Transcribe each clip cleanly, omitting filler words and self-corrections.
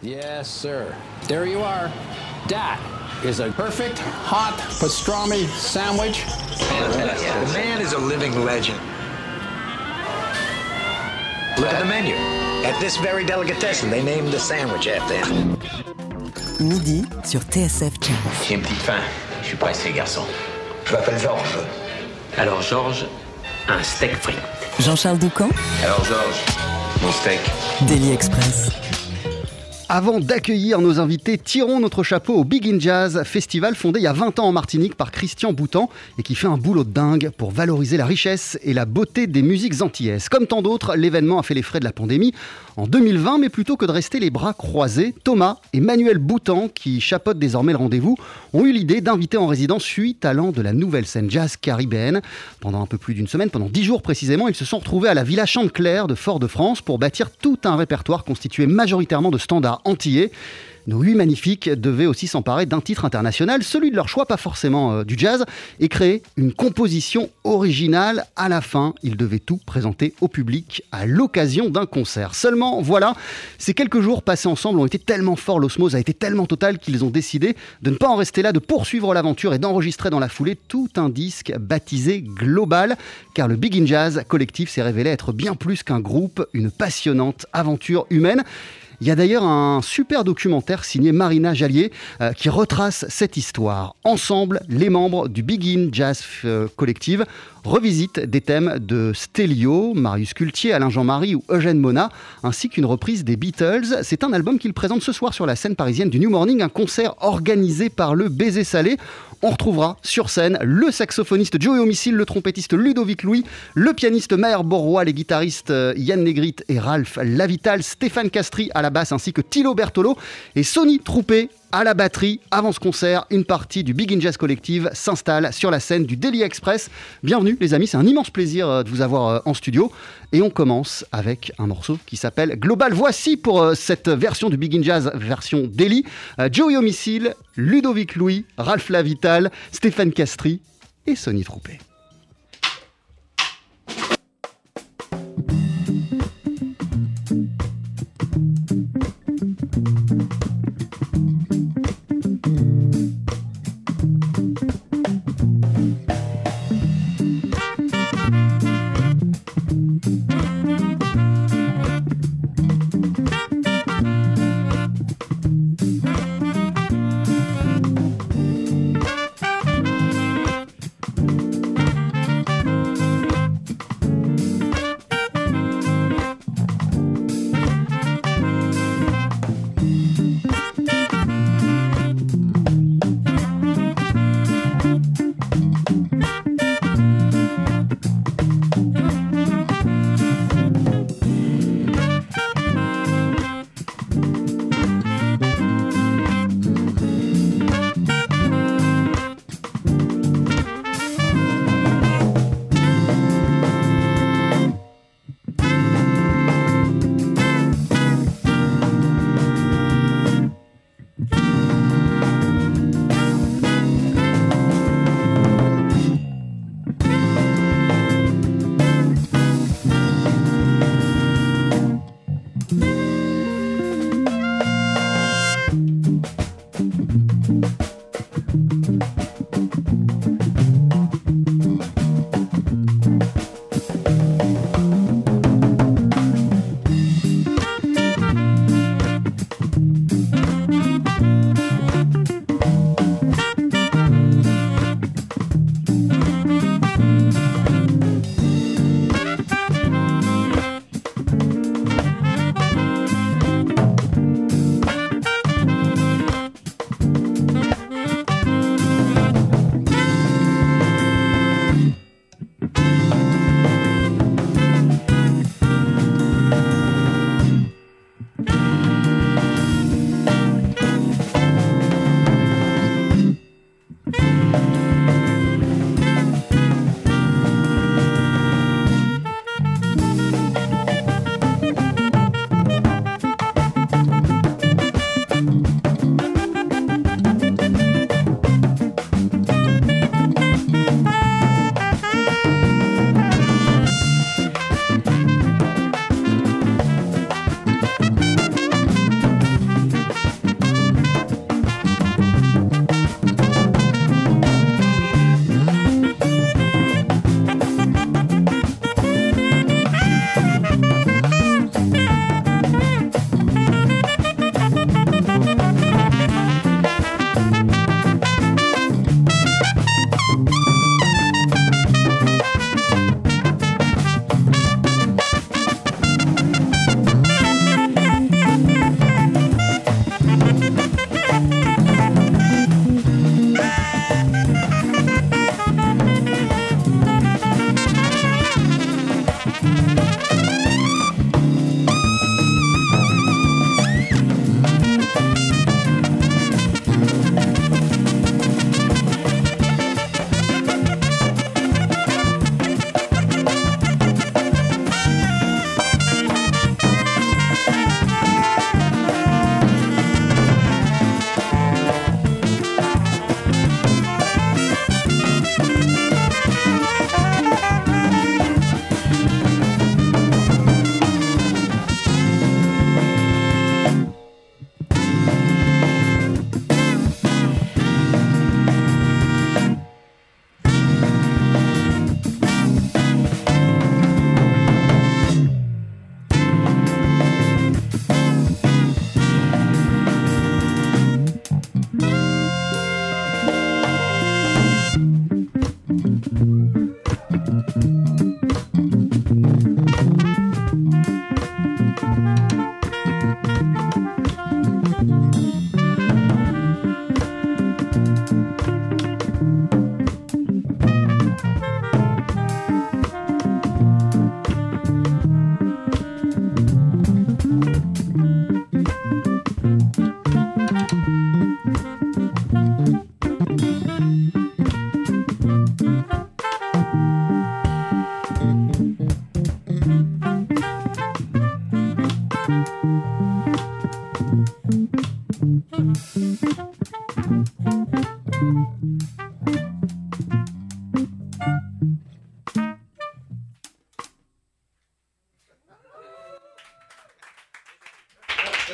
Yes, sir. There you are. That is a perfect hot pastrami sandwich. Fantastic. The man is a living legend. Look at the menu. At this very delicatessen, they named the sandwich after him. Midi sur TSF Jazz. J'ai une petite faim. Je suis pressé, garçon. Je m'appelle Georges. Alors, Georges, un steak frit. Jean-Charles Doucan. Alors, Georges, mon steak. Daily Express. Avant d'accueillir nos invités, tirons notre chapeau au Big in Jazz, festival fondé il y a 20 ans en Martinique par Christian Boutan et qui fait un boulot de dingue pour valoriser la richesse et la beauté des musiques antillaises. Comme tant d'autres, l'événement a fait les frais de la pandémie en 2020, mais plutôt que de rester les bras croisés, Thomas et Manuel Boutan, qui chapeautent désormais le rendez-vous, ont eu l'idée d'inviter en résidence 8 talents de la nouvelle scène jazz caribéenne. Pendant un peu plus d'une semaine, pendant 10 jours précisément, ils se sont retrouvés à la Villa Chantecler de Fort-de-France pour bâtir tout un répertoire constitué majoritairement de standards antillais. Nos 8 magnifiques devaient aussi s'emparer d'un titre international, celui de leur choix, pas forcément du jazz, et créer une composition originale. À la fin, ils devaient tout présenter au public à l'occasion d'un concert. Seulement, voilà, ces quelques jours passés ensemble ont été tellement forts, l'osmose a été tellement totale qu'ils ont décidé de ne pas en rester là, de poursuivre l'aventure et d'enregistrer dans la foulée tout un disque baptisé Global, car le Big in Jazz collectif s'est révélé être bien plus qu'un groupe, une passionnante aventure humaine. Il y a d'ailleurs un super documentaire signé Marina Jallier qui retrace cette histoire. Ensemble, les membres du Big in Jazz Collective revisitent des thèmes de Stélio, Marius Cultier, Alain Jean-Marie ou Eugène Mona, ainsi qu'une reprise des Beatles. C'est un album qu'ils présentent ce soir sur la scène parisienne du New Morning, un concert organisé par le Baiser Salé. On retrouvera sur scène le saxophoniste Joey Homicile, le trompettiste Ludovic Louis, le pianiste Maher Borroy, les guitaristes Yann Negrit et Ralph Lavital, Stéphane Castri à la basse ainsi que Thilo Bertolo et Sonny Troupé à la batterie. Avant ce concert, une partie du Big in Jazz Collective s'installe sur la scène du Daily Express. Bienvenue les amis, c'est un immense plaisir de vous avoir en studio. Et on commence avec un morceau qui s'appelle Global. Voici pour cette version du Big in Jazz, version Daily, Joey Homicile, Ludovic Louis, Ralph Lavital, Stéphane Castri et Sonny Troupé.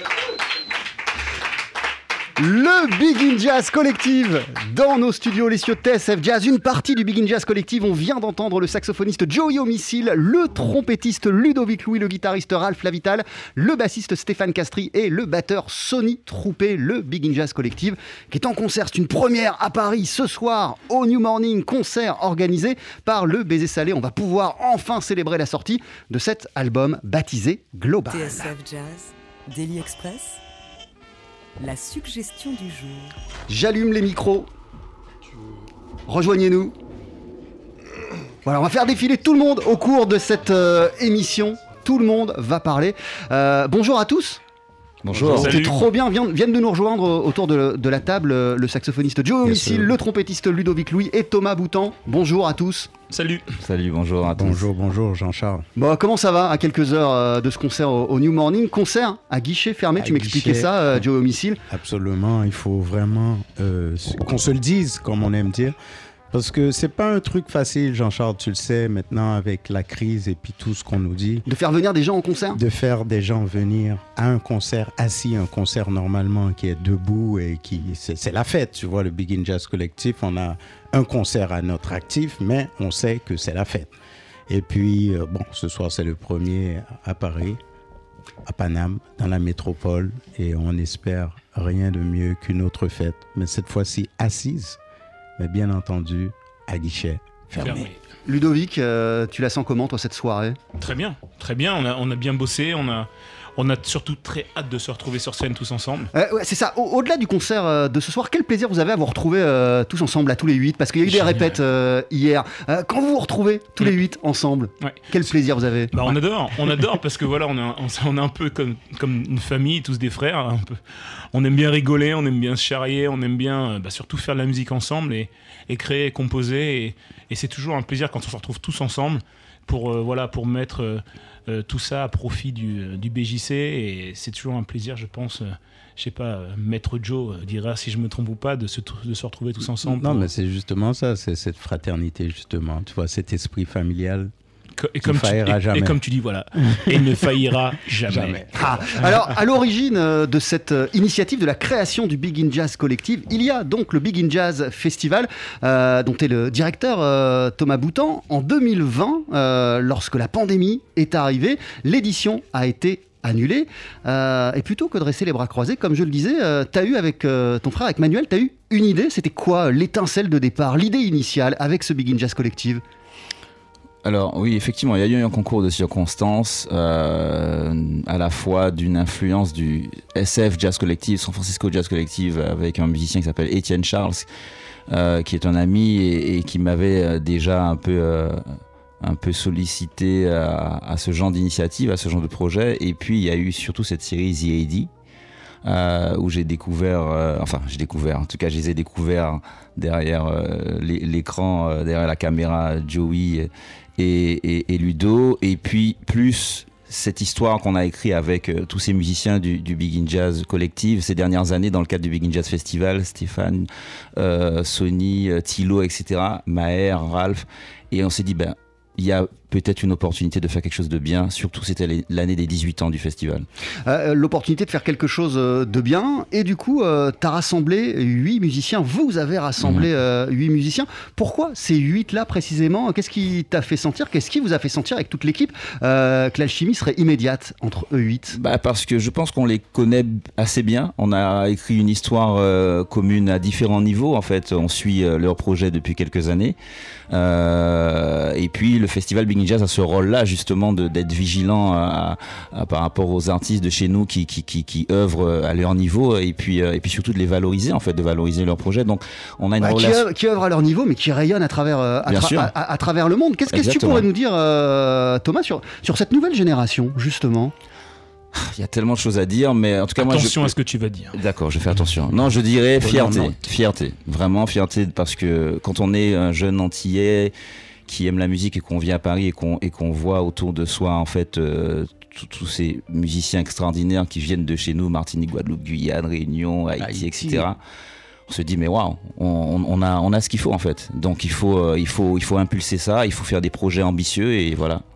Le Big in Jazz Collective dans nos studios, les cieux de TSF Jazz. Une partie du Big in Jazz Collective, on vient d'entendre le saxophoniste Joey Homicile, le trompettiste Ludovic Louis, le guitariste Ralph Lavital, le bassiste Stéphane Castry et le batteur Sonny Troupé. Le Big in Jazz Collective qui est en concert, c'est une première à Paris ce soir au New Morning, concert organisé par le Baiser Salé. On va pouvoir enfin célébrer la sortie de cet album baptisé Global. TSF Jazz, Daily Express, la suggestion du jour. J'allume les micros. Rejoignez-nous. Voilà, on va faire défiler tout le monde au cours de cette émission. Tout le monde va parler. Bonjour à tous. Bonjour. C'est trop bien. Viennent de nous rejoindre autour de la table le saxophoniste Joey Homicile, le trompettiste Ludovic Louis et Thomas Boutan. Bonjour à tous. Salut, bonjour à tous. Bonjour Jean-Charles. Bon, comment ça va à quelques heures de ce concert au New Morning? Concert à guichet fermé, tu m'expliquais ça, Joey Homicile. Absolument, il faut vraiment qu'on se le dise, comme on aime dire. Parce que c'est pas un truc facile, Jean-Charles, tu le sais, maintenant avec la crise et puis tout ce qu'on nous dit. De faire venir des gens au concert? De faire des gens venir à un concert assis, un concert normalement qui est debout et c'est la fête, tu vois, le Big in Jazz Collectif, on a un concert à notre actif, mais on sait que c'est la fête. Et puis, ce soir, c'est le premier à Paris, à Paname, dans la métropole, et on espère rien de mieux qu'une autre fête, mais cette fois-ci assise. Mais bien entendu, à guichet fermé. Ludovic, tu la sens comment, toi, cette soirée? Très bien. On a bien bossé, on a surtout très hâte de se retrouver sur scène tous ensemble. Ouais, c'est ça. Au-delà du concert de ce soir, quel plaisir vous avez à vous retrouver tous ensemble, à tous les 8? Parce qu'il y a eu des répètes hier. Quand vous vous retrouvez tous les 8 ensemble, quel plaisir vous avez? On adore parce que voilà, on est un peu comme une famille, tous des frères. Un peu. On aime bien rigoler, on aime bien se charrier, on aime bien surtout faire de la musique ensemble et créer, composer. Et c'est toujours un plaisir quand on se retrouve tous ensemble pour mettre tout ça à profit du BJC. Et c'est toujours un plaisir, je pense, je sais pas, Maître Joe dira si je me trompe ou pas, de se retrouver tous ensemble. Non, mais c'est justement ça, c'est cette fraternité, justement. Tu vois, cet esprit familial. Et comme tu dis, voilà, il ne faillira jamais. Alors, à l'origine de cette initiative de la création du Big in Jazz Collective, il y a donc le Big in Jazz Festival, dont est le directeur Thomas Boutan. En 2020, lorsque la pandémie est arrivée, l'édition a été annulée. Et plutôt que de rester les bras croisés, comme je le disais, tu as eu avec ton frère, avec Manuel, tu as eu une idée. C'était quoi l'étincelle de départ, l'idée initiale avec ce Big in Jazz Collective? Alors oui, effectivement, il y a eu un concours de circonstances à la fois d'une influence du SF Jazz Collective, San Francisco Jazz Collective, avec un musicien qui s'appelle Étienne Charles, qui est un ami et qui m'avait déjà un peu sollicité à ce genre d'initiative, à ce genre de projet. Et puis il y a eu surtout cette série The AD, où j'ai découvert, en tout cas je les ai découverts derrière l'écran, derrière la caméra, Joey et Ludo, et puis plus cette histoire qu'on a écrite avec tous ces musiciens du Big in Jazz Collective ces dernières années dans le cadre du Big in Jazz Festival, Stéphane, Sonny, Thilo, etc., Maher, Ralph, et on s'est dit, il y a peut-être une opportunité de faire quelque chose de bien, surtout c'était l'année des 18 ans du festival. L'opportunité de faire quelque chose de bien, et du coup, tu as rassemblé 8 musiciens, vous avez rassemblé 8 musiciens. Pourquoi ces 8-là précisément? Qu'est-ce qui t'a fait sentir, qu'est-ce qui vous a fait sentir avec toute l'équipe que l'alchimie serait immédiate entre eux 8? Parce que je pense qu'on les connaît assez bien, on a écrit une histoire commune à différents niveaux, en fait, on suit leur projet depuis quelques années. Et puis le festival Big in Jazz a ce rôle-là justement d'être vigilant par rapport aux artistes de chez nous qui œuvrent à leur niveau et puis surtout de les valoriser, en fait, de valoriser leur projet. Donc on a une relation qui œuvrent à leur niveau mais qui rayonnent à travers le monde. Qu'est-ce que tu pourrais nous dire, Thomas, sur cette nouvelle génération justement? Il y a tellement de choses à dire, mais en tout cas, attention à ce que tu vas dire. D'accord, je vais faire attention. Non, je dirais fierté, vraiment fierté, parce que quand on est un jeune Antillais qui aime la musique et qu'on vient à Paris et qu'on voit autour de soi, en fait, tous ces musiciens extraordinaires qui viennent de chez nous, Martinique, Guadeloupe, Guyane, Réunion, Haïti, etc. On se dit, mais waouh, on a ce qu'il faut, en fait. Donc il faut impulser ça, il faut faire des projets ambitieux et voilà.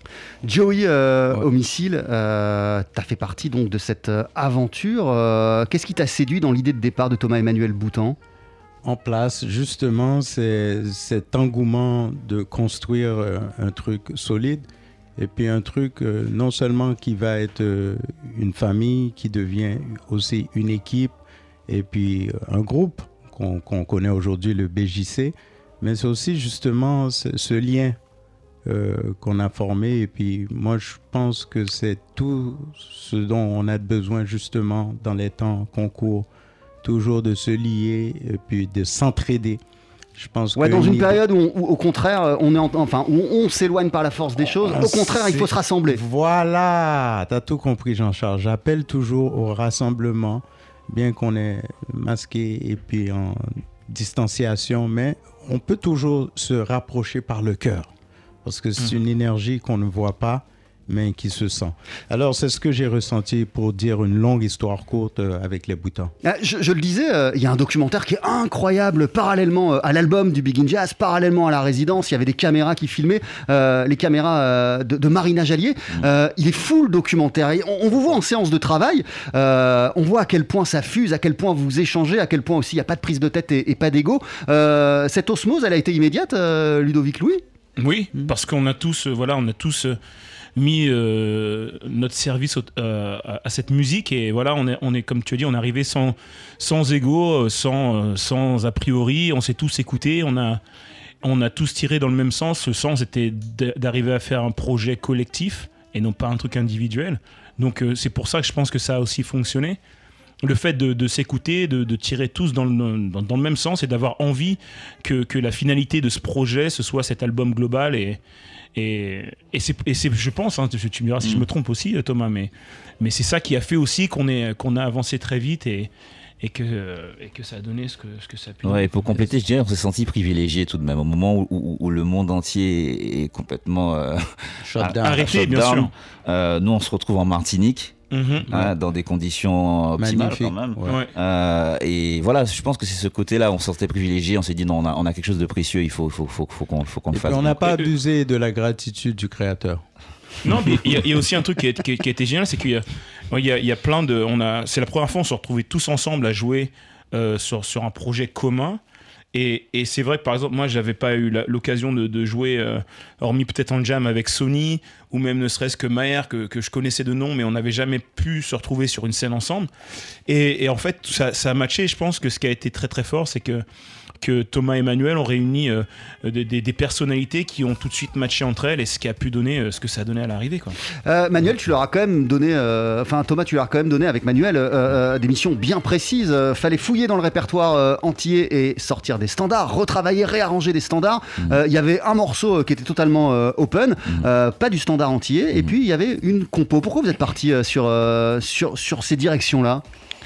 Joey Homicile, tu as fait partie donc de cette aventure. Qu'est-ce qui t'a séduit dans l'idée de départ de Thomas-Emmanuel Boutan ? En place, justement, c'est cet engouement de construire un truc solide et puis un truc non seulement qui va être une famille, qui devient aussi une équipe et puis un groupe qu'on connaît aujourd'hui, le BJC, mais c'est aussi justement ce lien qu'on a formé. Et puis moi, je pense que c'est tout ce dont on a besoin justement dans les temps qu'on court, toujours de se lier et puis de s'entraider. Je pense que dans une période où au contraire, où on s'éloigne par la force des choses, au contraire, il faut se rassembler. Voilà, tu as tout compris, Jean-Charles. J'appelle toujours au rassemblement, bien qu'on est masqué et puis en distanciation, mais on peut toujours se rapprocher par le cœur, parce que c'est une énergie qu'on ne voit pas, mais qui se sent. Alors, c'est ce que j'ai ressenti pour dire une longue histoire courte avec les Boutans. Je le disais, il y a un documentaire qui est incroyable, parallèlement à l'album du Big in Jazz, parallèlement à la résidence, il y avait des caméras qui filmaient, les caméras de Marina Jallier. Il est fou le documentaire. On vous voit en séance de travail, on voit à quel point ça fuse, à quel point vous échangez, à quel point aussi il n'y a pas de prise de tête et pas d'ego. Cette osmose, elle a été immédiate, Ludovic Louis ? Oui, parce qu'on a tous, mis notre service à cette musique, et voilà, on est comme tu as dit, on est arrivé sans ego, sans a priori, on s'est tous écoutés, on a tous tiré dans le même sens. Le sens était d'arriver à faire un projet collectif et non pas un truc individuel. Donc c'est pour ça que je pense que ça a aussi fonctionné. Le fait de s'écouter, de tirer tous dans le même sens et d'avoir envie que la finalité de ce projet, ce soit cet album global. Et c'est, je pense, tu me diras si je me trompe aussi, Thomas, mais c'est ça qui a fait aussi qu'on a avancé très vite et que ça a donné ce que ça a pu donner. Et pour compléter, je dirais qu'on s'est senti privilégié tout de même au moment où le monde entier est complètement arrêté, bien sûr. Nous, on se retrouve en Martinique. Dans des conditions optimales quand même. Et voilà, je pense que c'est ce côté-là, on se sentait privilégié, on s'est dit non, on a quelque chose de précieux, il faut qu'on le fasse. On n'a pas abusé de la gratitude du créateur. Non, mais il y a aussi un truc qui a été génial, c'est qu'il y a plein de... c'est la première fois on se retrouvait tous ensemble à jouer sur un projet commun. Et c'est vrai que par exemple, moi j'avais pas eu l'occasion de jouer, hormis peut-être en jam avec Sony, ou même ne serait-ce que Maher, que je connaissais de nom, mais on n'avait jamais pu se retrouver sur une scène ensemble. Et en fait, ça a matché. Je pense que ce qui a été très très fort, c'est que Thomas et Emmanuel ont réuni des personnalités qui ont tout de suite matché entre elles, et ce qui a pu donner ce que ça a donné à l'arrivée, quoi. Manuel, tu leur as quand même donné, Thomas, tu leur as quand même donné avec Manuel des missions bien précises. Fallait fouiller dans le répertoire entier et sortir des standards, retravailler, réarranger des standards. Il y avait un morceau qui était totalement open, pas du standard entier, et puis il y avait une compo. Pourquoi vous êtes parti sur ces directions-là ?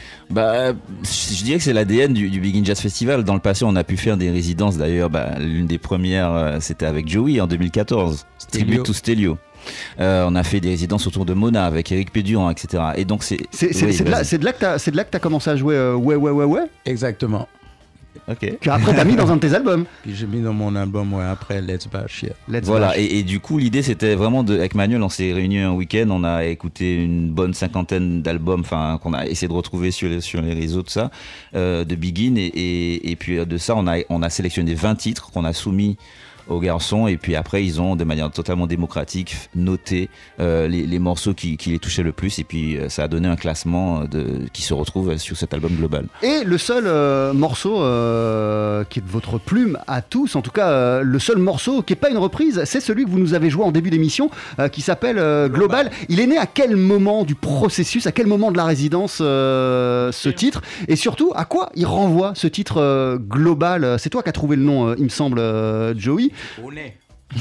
Je dirais que c'est l'ADN du Big in Jazz Festival. Dans le passé, on a pu faire des résidences. D'ailleurs, l'une des premières, c'était avec Joey en 2014. Tribute to Stelio. On a fait des résidences autour de Mona avec Eric Pédurand, etc. Et donc c'est de là que t'as commencé à jouer ouais. Exactement. Ok. Que après t'as mis dans un de tes albums. Puis j'ai mis dans mon album après Let's Bash. Voilà. Et du coup l'idée c'était vraiment avec Manuel, on s'est réunis un week-end, on a écouté une bonne 50aine d'albums, qu'on a essayé de retrouver sur les réseaux, tout ça, de Begin, et puis de ça on a sélectionné 20 titres qu'on a soumis aux garçons, et puis après ils ont de manière totalement démocratique noté les morceaux qui les touchaient le plus, et puis ça a donné un classement qui se retrouve sur cet album global. Et le seul morceau qui est de votre plume à tous, en tout cas le seul morceau qui n'est pas une reprise, c'est celui que vous nous avez joué en début d'émission, qui s'appelle Global. Il est né à quel moment du processus, à quel moment de la résidence ce titre, et surtout à quoi il renvoie ce titre Global? C'est toi qui as trouvé le nom, il me semble, Joey. On est.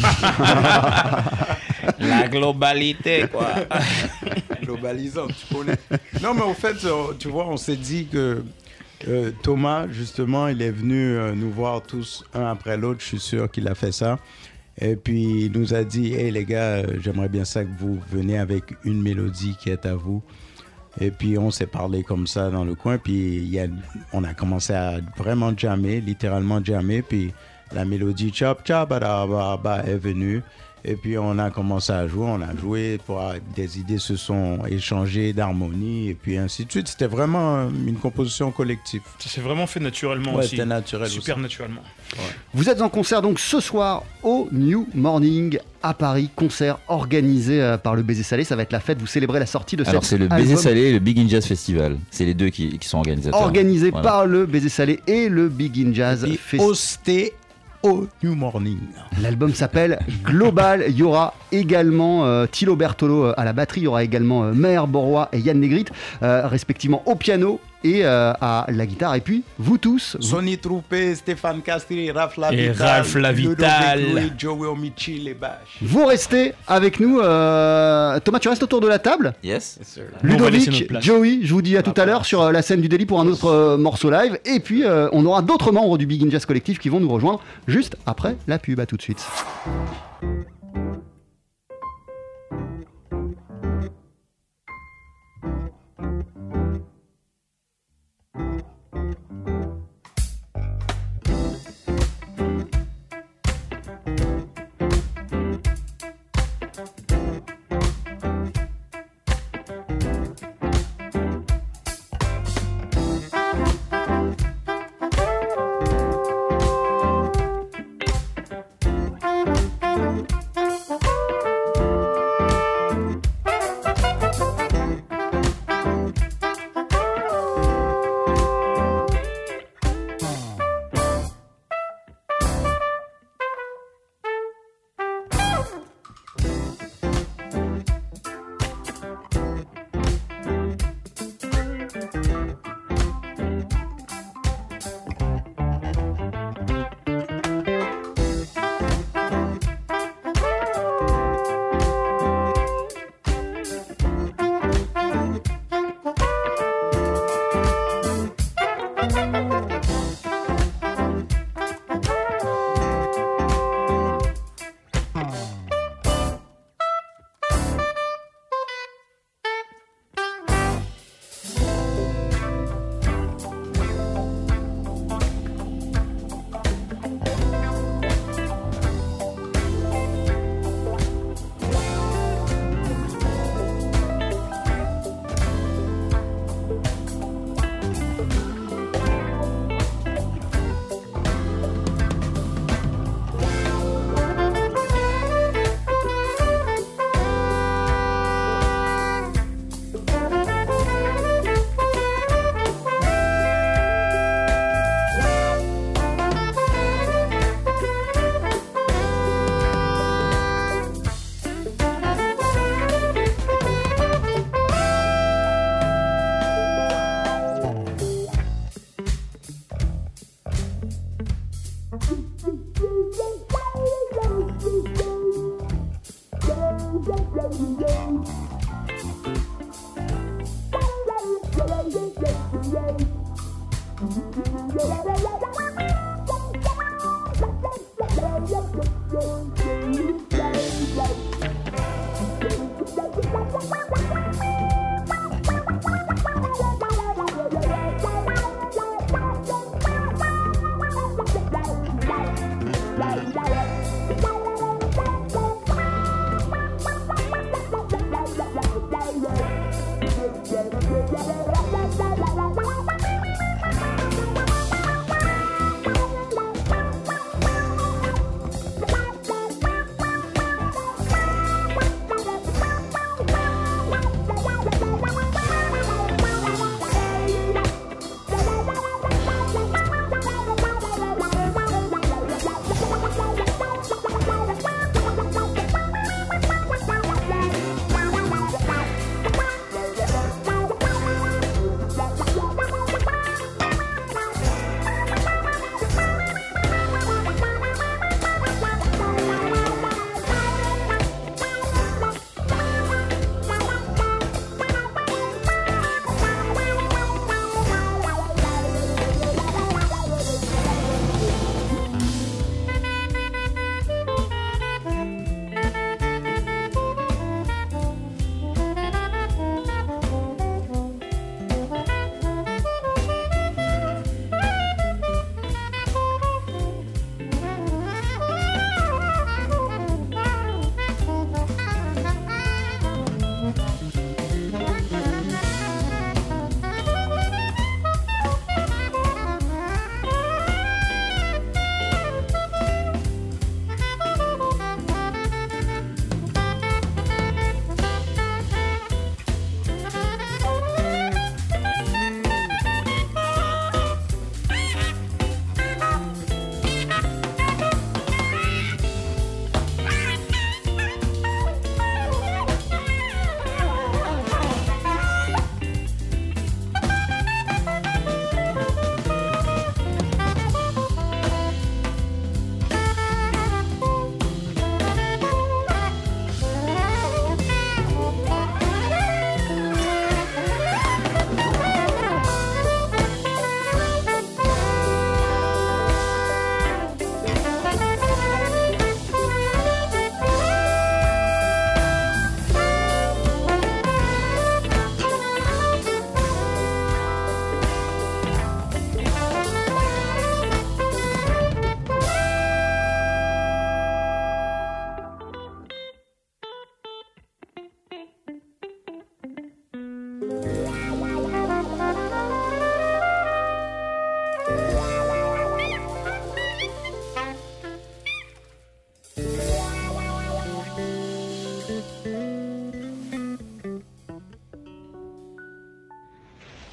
La globalité, quoi. Globalisant, tu connais. Non, mais au fait, tu vois, on s'est dit que Thomas, justement, il est venu nous voir tous un après l'autre. Je suis sûr qu'il a fait ça. Et puis, il nous a dit, hey les gars, j'aimerais bien ça que vous veniez avec une mélodie qui est à vous. Et puis, on s'est parlé comme ça dans le coin. Puis, on a commencé à vraiment jammer, littéralement jammer. Puis, la mélodie Chop Chop est venue. Et puis on a commencé à jouer, des idées se sont échangées d'harmonie et puis ainsi de suite. C'était vraiment une composition collective. Ça s'est vraiment fait naturellement ouais, aussi. C'était naturel super aussi. Naturellement. Ouais. Vous êtes en concert donc ce soir au New Morning à Paris, concert organisé par le Baiser Salé. Ça va être la fête, vous célébrez la sortie de Alors cet c'est le Baiser Salé et le Big In Jazz Festival. C'est les deux qui sont organisateurs. Organisé par le Baiser Salé et le Big In Jazz Festival. Hosté au New Morning. L'album s'appelle Global. Il y aura également Thilo Bertolo à la batterie. Il y aura également Meher Borois et Yann Negrit, respectivement au piano et à la guitare. Et puis, vous tous. Sonny Troupé, Stéphane Castri, Ralph Lavital. Et Ralph Lavital. Joey Omichi, les bâches. Vous restez avec nous. Thomas, tu restes autour de la table. Yes. Ludovic, Joey, je vous dis à tout à l'heure sur la scène du Daily pour un autre morceau live. Et puis, on aura d'autres membres du Big In Jazz Collectif qui vont nous rejoindre juste après la pub. À tout de suite.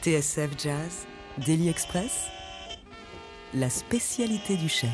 TSF Jazz, Daily Express, la spécialité du chef.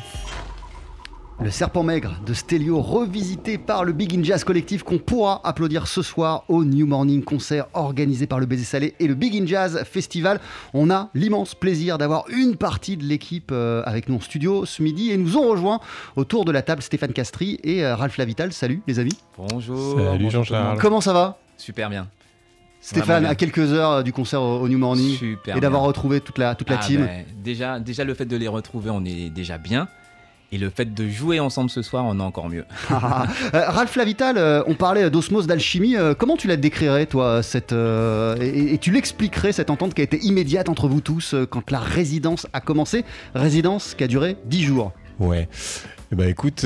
Le Serpent Maigre de Stélio, revisité par le Big in Jazz Collectif, qu'on pourra applaudir ce soir au New Morning, concert organisé par le Baiser Salé et le Big in Jazz Festival. On a l'immense plaisir d'avoir une partie de l'équipe avec nous en studio ce midi, et nous ont rejoint autour de la table Stéphane Castry et Ralph Lavital. Salut les amis. Bonjour. Salut Jean-Charles. Comment ça va? Super bien. Stéphane, bien. À quelques heures du concert au New Morning, Super et d'avoir bien. retrouvé toute la team. Déjà le fait de les retrouver, on est déjà bien. Et le fait de jouer ensemble ce soir, on est encore mieux. Ralph Lavital, on parlait d'osmose, d'alchimie. Comment tu la décrirais, toi, et tu l'expliquerais, cette entente qui a été immédiate entre vous tous quand la résidence a commencé? Résidence qui a duré 10 jours. Ouais. Bah écoute,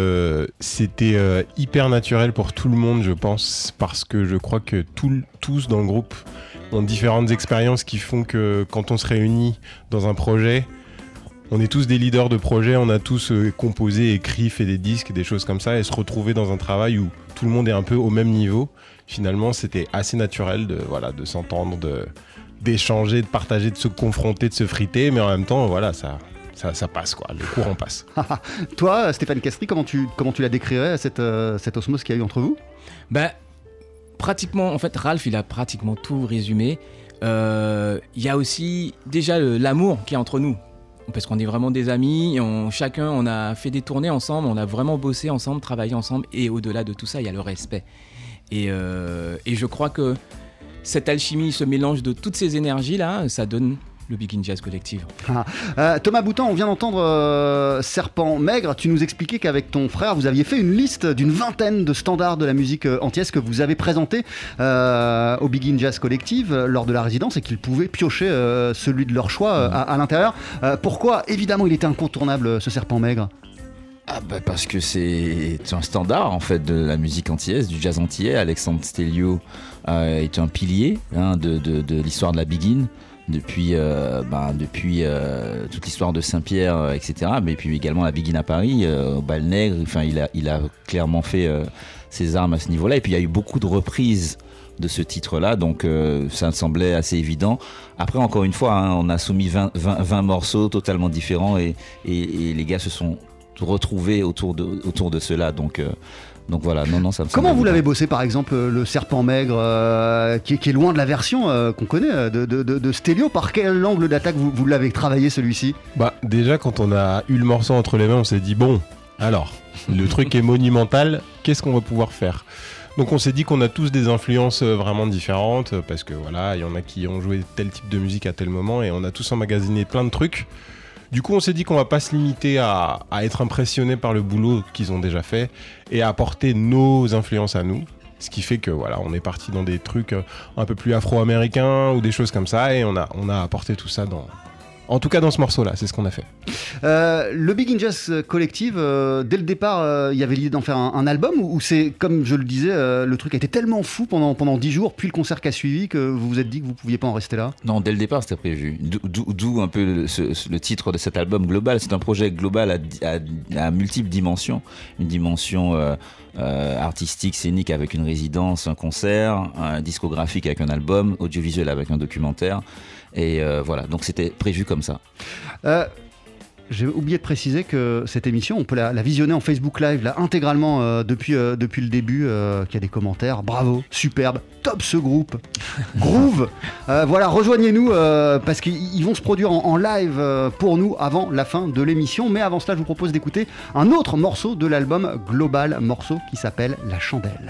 c'était hyper naturel pour tout le monde, je pense, parce que je crois que tous dans le groupe ont différentes expériences qui font que quand on se réunit dans un projet, on est tous des leaders de projet, on a tous composé, écrit, fait des disques, des choses comme ça, et se retrouver dans un travail où tout le monde est un peu au même niveau. Finalement, c'était assez naturel de s'entendre, d'échanger, de partager, de se confronter, de se friter, mais en même temps, voilà, ça passe, quoi, le courant passe. Toi, Stéphane Castry, comment tu la décrirais, cette osmose qu'il y a eu entre vous? Pratiquement, en fait, Ralph, il a pratiquement tout résumé. Il y a aussi déjà l'amour qui est entre nous. Parce qu'on est vraiment des amis, chacun on a fait des tournées ensemble, on a vraiment bossé ensemble, travaillé ensemble, et au-delà de tout ça, il y a le respect. Et je crois que cette alchimie, ce mélange de toutes ces énergies-là, ça donne le Big in Jazz Collectif. Thomas Boutan, on vient d'entendre Serpent Maigre. Tu nous expliquais qu'avec ton frère, vous aviez fait une liste d'une vingtaine de standards de la musique antillaise que vous avez présenté au Big in Jazz Collective lors de la résidence, et qu'ils pouvaient piocher celui de leur choix à l'intérieur. Pourquoi, évidemment, il était incontournable, ce Serpent Maigre? Parce que c'est un standard en fait de la musique antillaise, du jazz antillais. Alexandre Stélio est un pilier de l'histoire de la Big In. Depuis toute l'histoire de Saint-Pierre, etc. Mais puis également la Big In à Paris, au Bal Nègre. Enfin, il a clairement fait ses armes à ce niveau-là. Et puis il y a eu beaucoup de reprises de ce titre-là, donc ça me semblait assez évident. Après, encore une fois, on a soumis 20 morceaux totalement différents, et les gars se sont retrouvés autour de cela. Donc voilà, non, ça me semble. Comment vous l'avez bossé, par exemple, le Serpent Maigre, qui est loin de la version qu'on connaît de Stélio? Par quel angle d'attaque vous l'avez travaillé, celui-ci? Déjà, quand on a eu le morceau entre les mains, on s'est dit, bon, alors, le truc est monumental, qu'est-ce qu'on va pouvoir faire? Donc on s'est dit qu'on a tous des influences vraiment différentes, parce que voilà, il y en a qui ont joué tel type de musique à tel moment, et on a tous emmagasiné plein de trucs. Du coup, on s'est dit qu'on va pas se limiter à être impressionné par le boulot qu'ils ont déjà fait, et à apporter nos influences à nous. Ce qui fait que voilà, on est parti dans des trucs un peu plus afro-américains ou des choses comme ça, et on a apporté tout ça en tout cas dans ce morceau-là, c'est ce qu'on a fait. Le Big in Jazz Collective, dès le départ, il y avait l'idée d'en faire un album, ou c'est, comme je le disais, le truc a été tellement fou pendant 10 jours, puis le concert qui a suivi, que vous vous êtes dit que vous ne pouviez pas en rester là? Non, dès le départ, c'était prévu. D'où un peu le titre de cet album global. C'est un projet global à multiples dimensions. Une dimension artistique, scénique avec une résidence, un concert, un discographique avec un album, audiovisuel avec un documentaire. Et voilà, donc c'était prévu comme ça. J'ai oublié de préciser que cette émission, on peut la visionner en Facebook Live là, intégralement depuis le début, qu'il y a des commentaires. Bravo, superbe, top ce groupe, groove. Voilà, rejoignez-nous parce qu'ils vont se produire en live pour nous avant la fin de l'émission. Mais avant cela, je vous propose d'écouter un autre morceau de l'album Global, morceau qui s'appelle La Chandelle.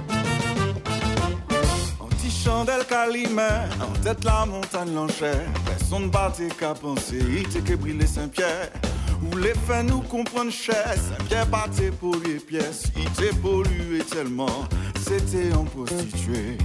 Chandelle Calimère, en tête la montagne l'enchère. Personne battait qu'à penser, il était que brûler Saint-Pierre. Où les faits nous comprennent cher, Saint-Pierre battait pollué pièce. Il était pollué tellement, c'était un prostitué.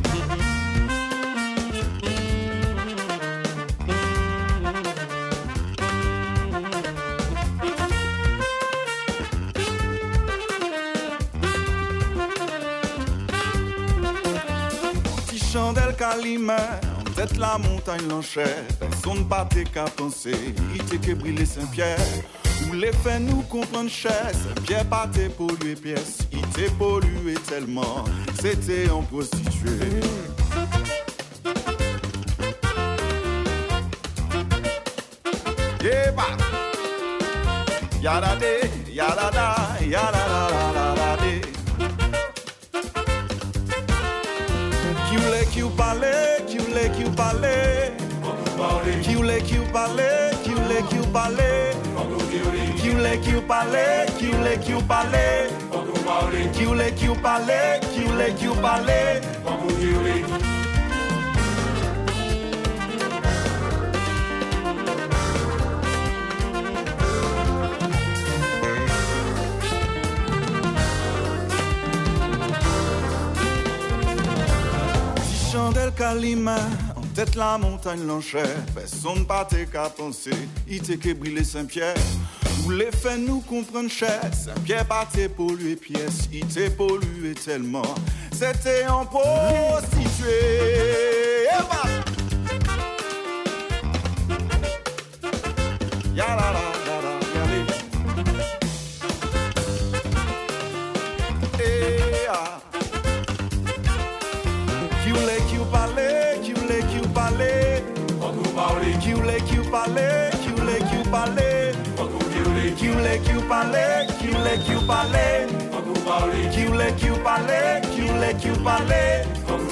Chandelle Calimère, en tête la montagne l'enchère. Personne battait qu'à penser, il était que brûler Saint-Pierre. Où les faits nous comprennent cher, Saint-Pierre battait pollué pièce. Il était pollué tellement, c'était un prostitué. Yeah, bah. Yada de, yada da, yada da da da da de. Qui parler, qui parler. Qui parler, qui parler. Qui parler, qui parler. Qui parler. Chandelle Kalima, en tête la montagne l'enchère. Personne pas t'es qu'à penser, il t'est que brûler Saint-Pierre. Où les faits nous comprennent cher, Saint-Pierre pas t'es pollué pièce, il t'est pollué tellement. C'était en prostituée. Ya la la la la, y'a Qui voulait qui parler, qui voulait qui parler. Qui voulait qui parler, qui voulait qui parler. Qui voulait qui parler, qui voulait qui parler. Qui voulait qui parler, qui voulait qui parler.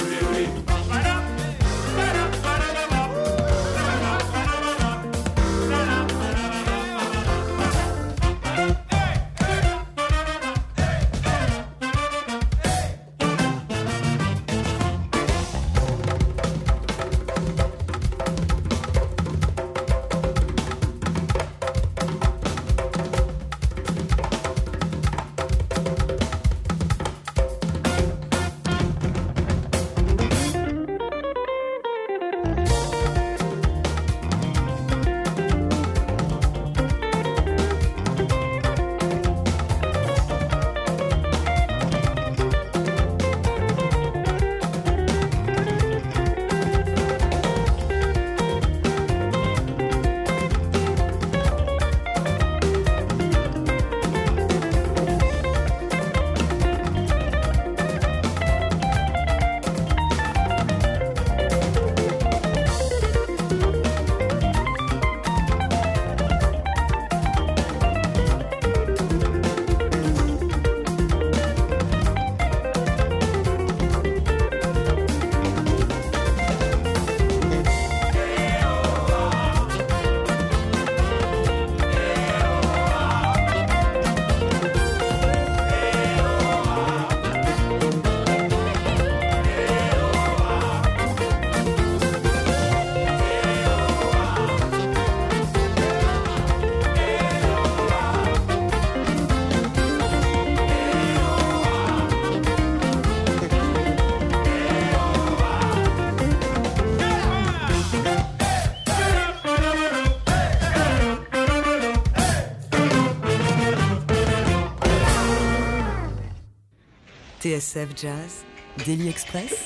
TSF Jazz, Daily Express,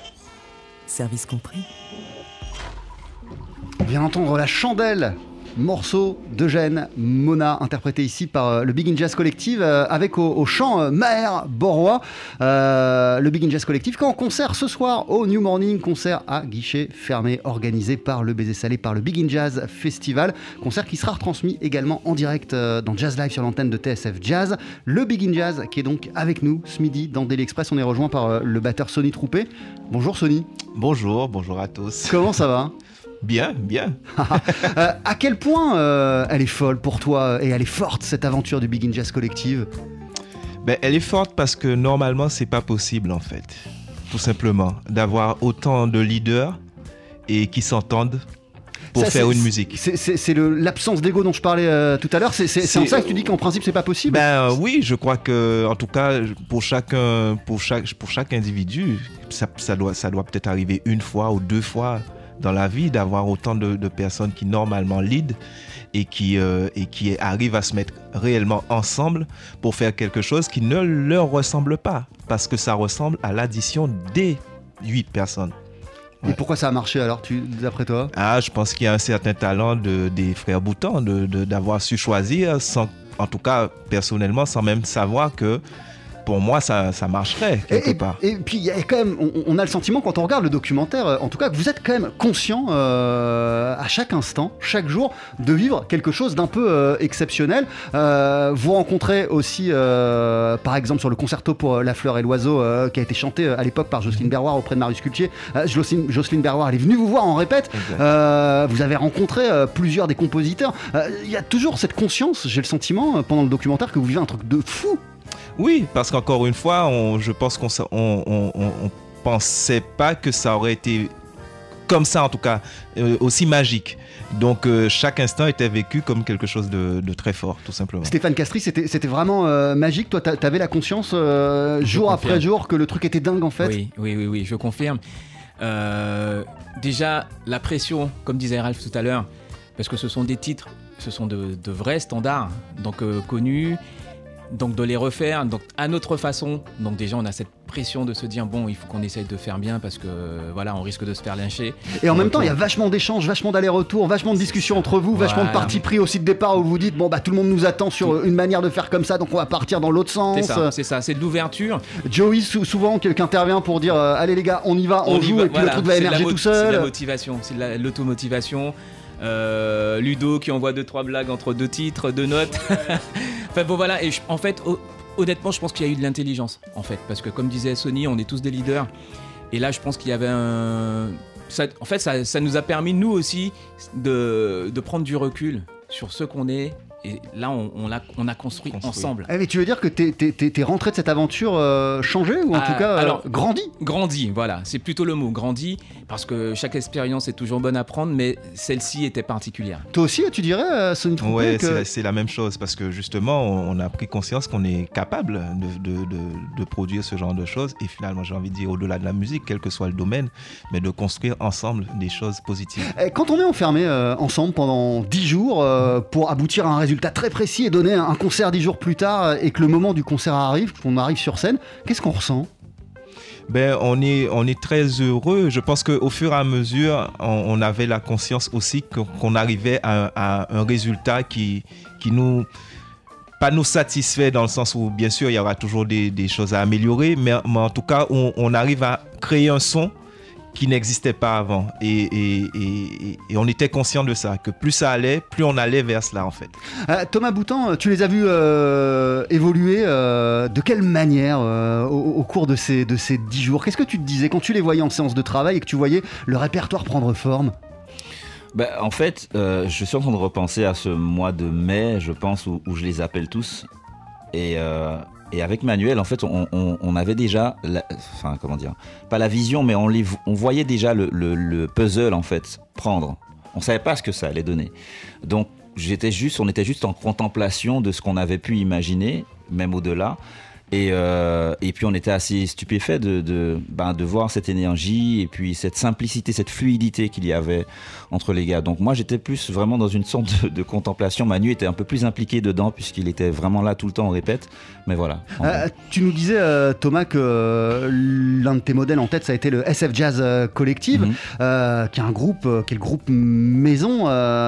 service compris. On vient d'entendre La Chandelle, morceau d'Eugène Mona, interprété ici par le Big in Jazz Collective, avec au chant Maher Borois. Le Big in Jazz Collective qui est en concert ce soir au New Morning, concert à guichet fermé organisé par le Baiser Salé, par le Big in Jazz Festival, concert qui sera retransmis également en direct dans Jazz Live sur l'antenne de TSF Jazz. Le Big in Jazz qui est donc avec nous ce midi dans Daily Express. On est rejoint par le batteur Sonny Troupé. Bonjour Sonny. Bonjour à tous. Comment ça va ? Bien, bien. À quel point elle est folle pour toi et elle est forte cette aventure du Big in Jazz Collective ? Ben, elle est forte parce que normalement c'est pas possible en fait, tout simplement, d'avoir autant de leaders et qui s'entendent pour faire une musique. C'est l'absence d'ego dont je parlais tout à l'heure. C'est en ça que tu dis qu'en principe c'est pas possible. Ben oui, je crois que en tout cas pour chaque individu, ça doit peut-être arriver une fois ou deux fois dans la vie d'avoir autant de personnes qui normalement lead et qui arrivent à se mettre réellement ensemble pour faire quelque chose qui ne leur ressemble pas, parce que ça ressemble à l'addition des 8 personnes. Ouais. Et pourquoi ça a marché alors, d'après toi ? Je pense qu'il y a un certain talent des frères Boutan d'avoir su choisir, en tout cas personnellement, sans même savoir que pour moi, ça marcherait quelque part. Et puis, il y a quand même, on a le sentiment, quand on regarde le documentaire, en tout cas, que vous êtes quand même conscient à chaque instant, chaque jour, de vivre quelque chose d'un peu exceptionnel. Vous rencontrez aussi, par exemple, sur le concerto pour La Fleur et l'Oiseau, qui a été chanté à l'époque par Jocelyne Berroir auprès de Marius Cultier. Jocelyne Berroir, elle est venue vous voir en répète. Vous avez rencontré plusieurs des compositeurs. Il y a toujours cette conscience, j'ai le sentiment, pendant le documentaire, que vous vivez un truc de fou. Oui, parce qu'encore une fois, je pense qu'on pensait pas que ça aurait été comme ça, en tout cas, aussi magique. Donc chaque instant était vécu comme quelque chose de très fort, tout simplement. Stéphane Castries, c'était vraiment magique. Toi, t'avais la conscience jour après jour que le truc était dingue en fait. Oui, je confirme. Déjà, la pression, comme disait Ralph tout à l'heure, parce que ce sont des titres, ce sont de vrais standards, donc connus. Donc de les refaire donc à notre façon. Donc déjà on a cette pression de se dire bon, il faut qu'on essaye de faire bien parce que voilà, on risque de se faire lyncher. Et en même temps il y a vachement d'échanges, vachement d'allers-retours, vachement de discussions entre vous, vachement de parti pris aussi de départ où vous dites bon bah tout le monde nous attend sur une manière de faire comme ça, donc on va partir dans l'autre sens. C'est ça, c'est de l'ouverture. Joey souvent qui intervient pour dire allez les gars on y va, on joue et puis le truc va émerger tout seul. C'est la motivation, c'est l'automotivation. Ludo qui envoie 2-3 blagues entre 2 titres, 2 notes. Enfin bon voilà, et en fait honnêtement je pense qu'il y a eu de l'intelligence en fait, parce que comme disait Sony, on est tous des leaders et là je pense qu'il y avait ça nous a permis nous aussi de prendre du recul sur ce qu'on est. Et là, on a construit ensemble. Mais tu veux dire que t'es rentré de cette aventure changé ou en tout cas grandi ? Grandi, voilà. C'est plutôt le mot, grandi, parce que chaque expérience est toujours bonne à prendre, mais celle-ci était particulière. Toi aussi, tu dirais, Sony Trompé ? Oui, c'est la même chose, parce que justement, on a pris conscience qu'on est capable de produire ce genre de choses, et finalement, j'ai envie de dire, au-delà de la musique, quel que soit le domaine, mais de construire ensemble des choses positives. Quand on est enfermé ensemble pendant 10 jours pour aboutir à un résultat très précis et donner un concert 10 jours plus tard et que le moment du concert arrive, qu'on arrive sur scène, qu'est-ce qu'on ressent ? On est très heureux. Je pense qu'au fur et à mesure, on avait la conscience aussi qu'on arrivait à un résultat qui nous pas nous satisfait, dans le sens où bien sûr il y aura toujours des choses à améliorer, mais en tout cas on arrive à créer un son qui n'existait pas avant et on était conscient de ça, que plus ça allait, plus on allait vers cela en fait. Thomas Boutan, tu les as vus évoluer de quelle manière au cours de ces 10 jours ? Qu'est-ce que tu te disais quand tu les voyais en séance de travail et que tu voyais le répertoire prendre forme ? En fait, je suis en train de repenser à ce mois de mai, je pense, où je les appelle tous. Et avec Manuel, en fait, on avait déjà, pas la vision, mais on voyait déjà le puzzle, en fait, prendre. On savait pas ce que ça allait donner. Donc, on était juste en contemplation de ce qu'on avait pu imaginer, même au-delà. Et puis on était assez stupéfait de voir cette énergie et puis cette simplicité, cette fluidité qu'il y avait entre les gars. Donc moi j'étais plus vraiment dans une sorte de contemplation. Manu était un peu plus impliqué dedans puisqu'il était vraiment là tout le temps, on répète. Mais voilà. Tu nous disais Thomas que l'un de tes modèles en tête ça a été le SF Jazz Collective, qui est un groupe, qui est le groupe maison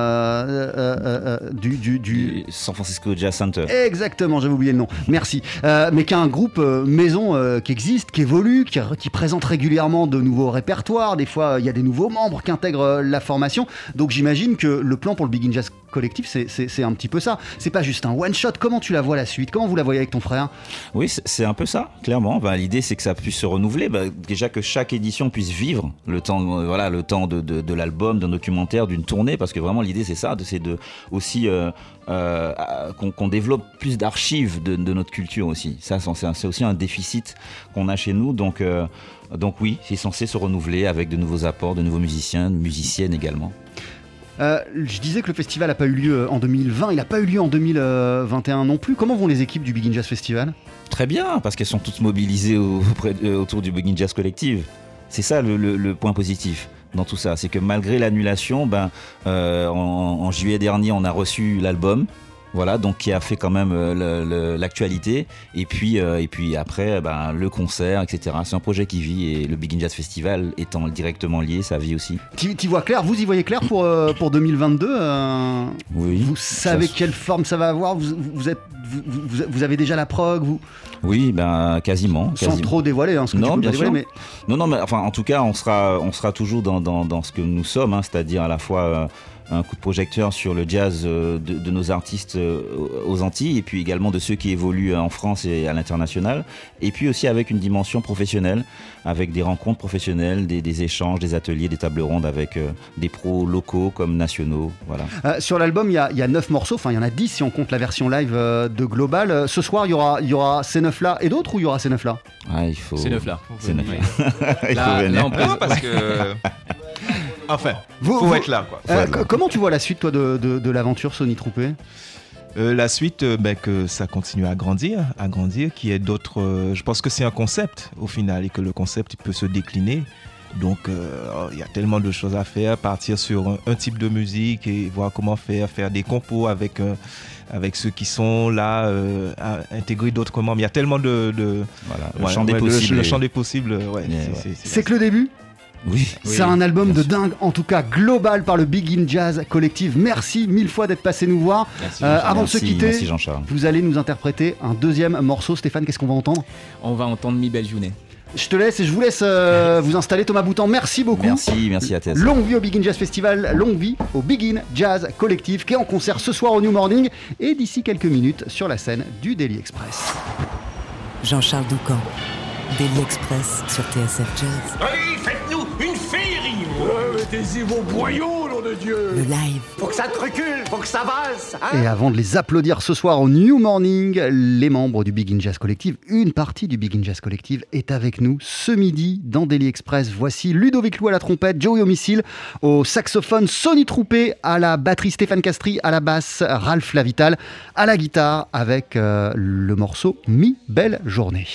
du San Francisco Jazz Center. Exactement, j'avais oublié le nom. Merci. Mais qui est un groupe maison qui existe, qui évolue, qui présente régulièrement de nouveaux répertoires. Des fois, il y a des nouveaux membres qui intègrent la formation. Donc j'imagine que le plan pour le Big In Jazz Collective, c'est un petit peu ça. C'est pas juste un one-shot. Comment tu la vois la suite ? Comment vous la voyez avec ton frère ? Oui, c'est un peu ça, clairement. L'idée, c'est que ça puisse se renouveler. Déjà que chaque édition puisse vivre le temps de l'album, d'un documentaire, d'une tournée. Parce que vraiment, l'idée, c'est ça. C'est aussi qu'on développe plus d'archives de notre culture aussi. Ça, c'est aussi un déficit qu'on a chez nous. Donc oui, c'est censé se renouveler avec de nouveaux apports, de nouveaux musiciens, de musiciennes également. Je disais que le festival n'a pas eu lieu en 2020, il n'a pas eu lieu en 2021 non plus. Comment vont les équipes du Big In Jazz Festival ? Très bien, parce qu'elles sont toutes mobilisées autour du Big In Jazz Collective. C'est ça le point positif dans tout ça, c'est que malgré l'annulation, en juillet dernier, on a reçu l'album. Voilà, donc qui a fait quand même l'actualité. Et puis après, le concert, etc. C'est un projet qui vit et le Big In Jazz Festival étant directement lié, ça vit aussi. Tu vois clair, vous y voyez clair pour 2022 Oui. Vous savez quelle forme ça va avoir, vous êtes vous avez déjà la prog Oui, ben quasiment. Sans trop dévoiler, ce que tu peux bien dévoiler, sûr. mais... Non, mais enfin, en tout cas, on sera toujours dans ce que nous sommes, c'est-à-dire à la fois un coup de projecteur sur le jazz de nos artistes aux Antilles, et puis également de ceux qui évoluent en France et à l'international, et puis aussi avec une dimension professionnelle, avec des rencontres professionnelles, des échanges, des ateliers, des tables rondes avec des pros locaux comme nationaux. Voilà. Sur l'album, il y a 9 morceaux, il y en a 10 si on compte la version live de Global. Ce soir, il y aura ces 9-là et d'autres, ou il y aura ces 9-là? Il faut... Ces 9-là. Ces 9-là. Il faut venir. Non, parce que... Enfin, faut être là, quoi. Comment tu vois la suite, toi, de l'aventure Sony Troupé? La suite, que ça continue à grandir, qu'il y ait d'autres... je pense que c'est un concept, au final, et que le concept il peut se décliner. Donc, il y a tellement de choses à faire, partir sur un type de musique et voir comment faire des compos avec ceux qui sont là, intégrer d'autres membres. Il y a tellement de... Voilà, le champ des possibles. Le champ des possibles, c'est que le début. Oui. C'est un album de dingue, en tout cas Global par le Big In Jazz Collective. Merci 1000 fois d'être passé nous voir. Avant de se quitter, vous allez nous interpréter un deuxième morceau. Stéphane, qu'est-ce qu'on va entendre? On va entendre Mi Belle Journée. Je te laisse et je vous laisse vous installer. Thomas Boutan, merci beaucoup. Merci à TS. Longue vie au Big In Jazz Festival, longue vie au Big In Jazz Collective qui est en concert ce soir au New Morning et d'ici quelques minutes sur la scène du Daily Express. Jean-Charles Doucan, Daily Express sur TSF Jazz. Allez, faites-nous une féerie. Mettez-y vos boyaux, nom de Dieu. Le live. Faut que ça te recule, faut que ça valse. Et avant de les applaudir ce soir au New Morning, les membres du Big In Jazz Collective, une partie du Big In Jazz Collective est avec nous ce midi dans Daily Express. Voici Ludovic Lou à la trompette, Joey au missile, au saxophone, Sony Troupé à la batterie, Stéphane Castry à la basse, Ralph Lavital à la guitare avec le morceau Mi Belle Journée.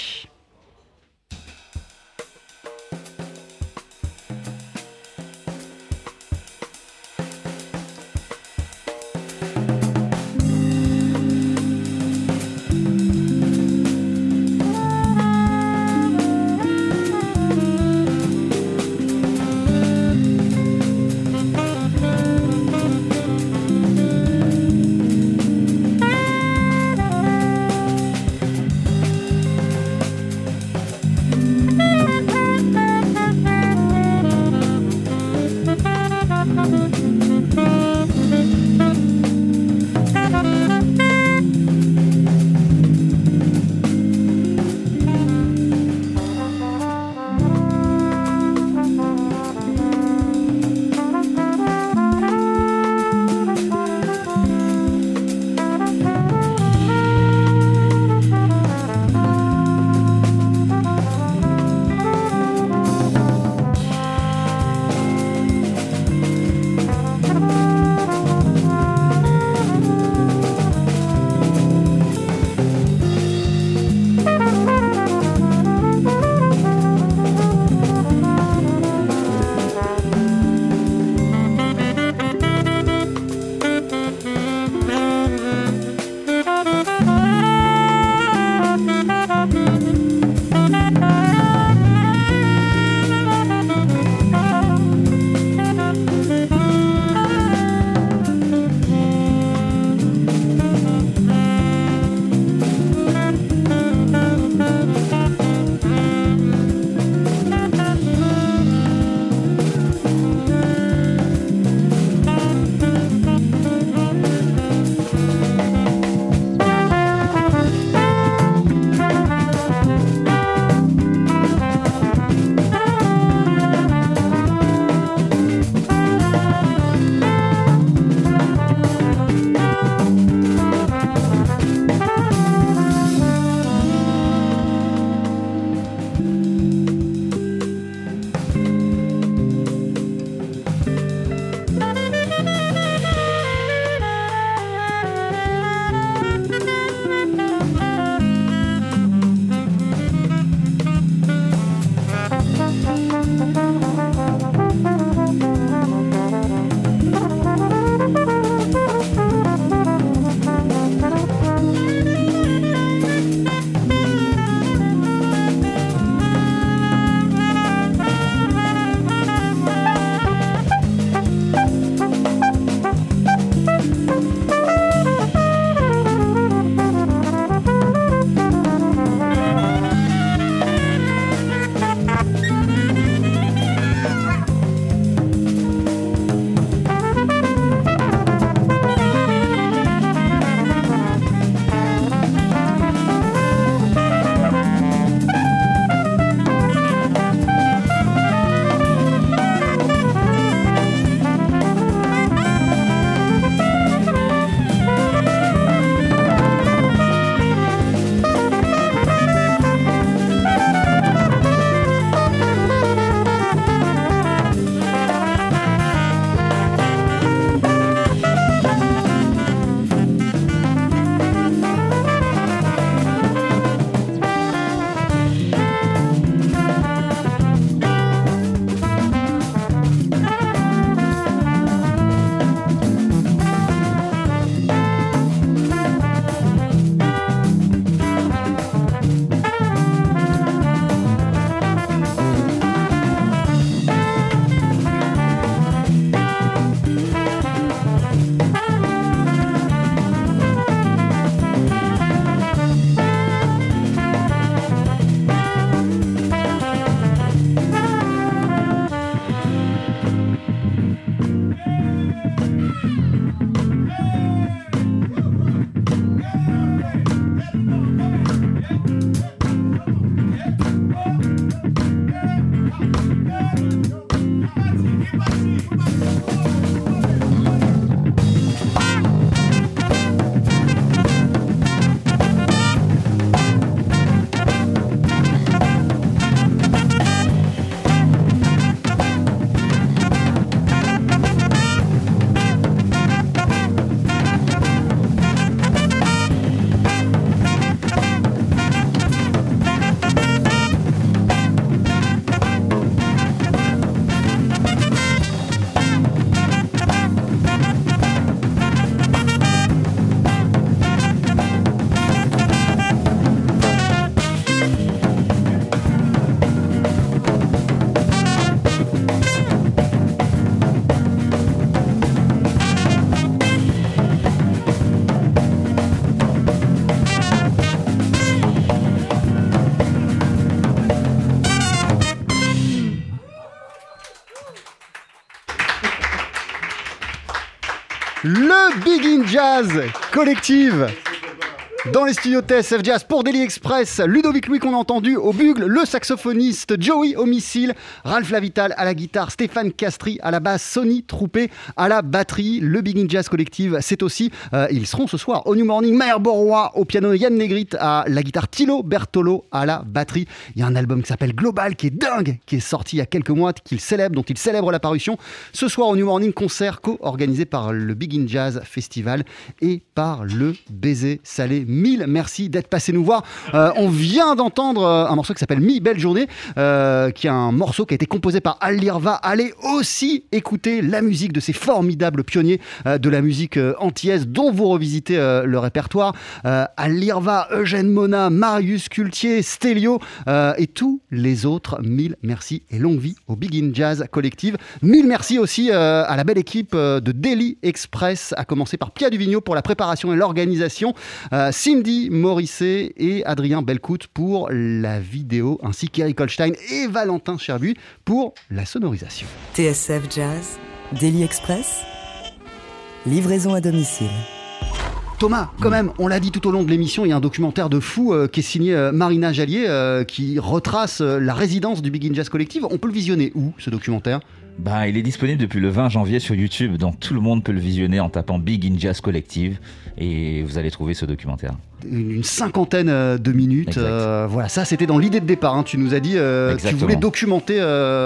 Le Big In Jazz Collective. Dans les studios TSF Jazz pour Daily Express, Ludovic Louis qu'on a entendu au bugle, le saxophoniste Joey au missile, Ralph Lavital à la guitare, Stéphane Castri à la basse, Sonny Troupé à la batterie. Le Big In Jazz Collective, c'est aussi, ils seront ce soir au New Morning, Maher Borois au piano, Yann Negrit à la guitare, Thilo Bertolo à la batterie. Il y a un album qui s'appelle Global, qui est dingue, qui est sorti il y a quelques mois, dont il célèbre la parution. Ce soir au New Morning, concert co-organisé par le Big In Jazz Festival et par le Baiser Salé. Mille merci d'être passé nous voir. On vient d'entendre un morceau qui s'appelle Mi Belle Journée, qui est un morceau qui a été composé par Al Lirva. Allez aussi écouter la musique de ces formidables pionniers de la musique antillaise dont vous revisitez le répertoire. Al Lirva, Eugène Mona, Marius Cultier, Stelio et tous les autres. Mille merci et longue vie au Big In Jazz Collective. Mille merci aussi à la belle équipe de Daily Express, à commencer par Pia Duvigneau pour la préparation et l'organisation. Cindy Morisset et Adrien Belcout pour la vidéo, ainsi qu'Eric Holstein et Valentin Cherbuy pour la sonorisation. TSF Jazz, Daily Express, livraison à domicile. Thomas, quand même, on l'a dit tout au long de l'émission, il y a un documentaire de fou qui est signé Marina Jallier qui retrace la résidence du Big In Jazz Collective. On peut le visionner où, ce documentaire ? Il est disponible depuis le 20 janvier sur YouTube, donc tout le monde peut le visionner en tapant Big In Jazz Collective et vous allez trouver ce documentaire. Une cinquantaine de minutes. Voilà, ça c'était dans l'idée de départ. Hein. Tu nous as dit tu voulais documenter...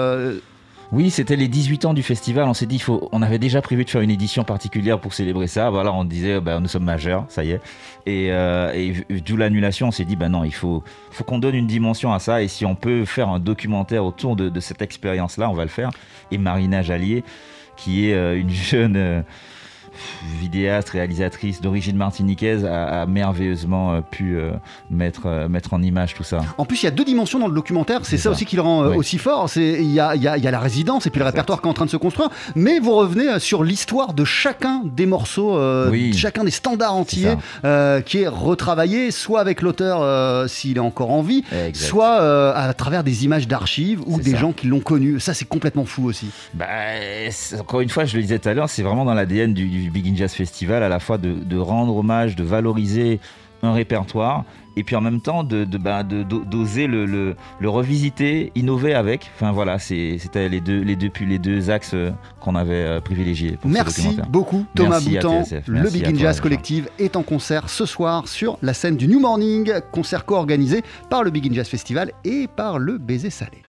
Oui, c'était les 18 ans du festival. On s'est dit, on avait déjà prévu de faire une édition particulière pour célébrer ça. Voilà, on disait, nous sommes majeurs, ça y est. Et d'où l'annulation, on s'est dit, non, il faut qu'on donne une dimension à ça. Et si on peut faire un documentaire autour de cette expérience-là, on va le faire. Et Marina Jallier, qui est une jeune vidéaste, réalisatrice d'origine martiniquaise, a merveilleusement pu mettre en image tout ça. En plus, il y a deux dimensions dans le documentaire, c'est ça aussi qui le rend aussi fort. Il y a la résidence et puis le répertoire qui est en train de se construire, mais vous revenez sur l'histoire de chacun des morceaux, chacun des standards entiers qui est retravaillé, soit avec l'auteur s'il est encore en vie, soit à travers des images d'archives ou des gens qui l'ont connu. Ça, c'est complètement fou aussi. Encore une fois, je le disais tout à l'heure, c'est vraiment dans l'ADN du Big In Jazz Festival, à la fois de rendre hommage, de valoriser un répertoire et puis en même temps d'oser le revisiter, innover avec. Enfin voilà, c'était les deux axes qu'on avait privilégiés pour ce documentaire. Merci beaucoup Thomas Boutan. Le Big In Jazz Collective est en concert ce soir sur la scène du New Morning, concert co-organisé par le Big In Jazz Festival et par le Baiser Salé.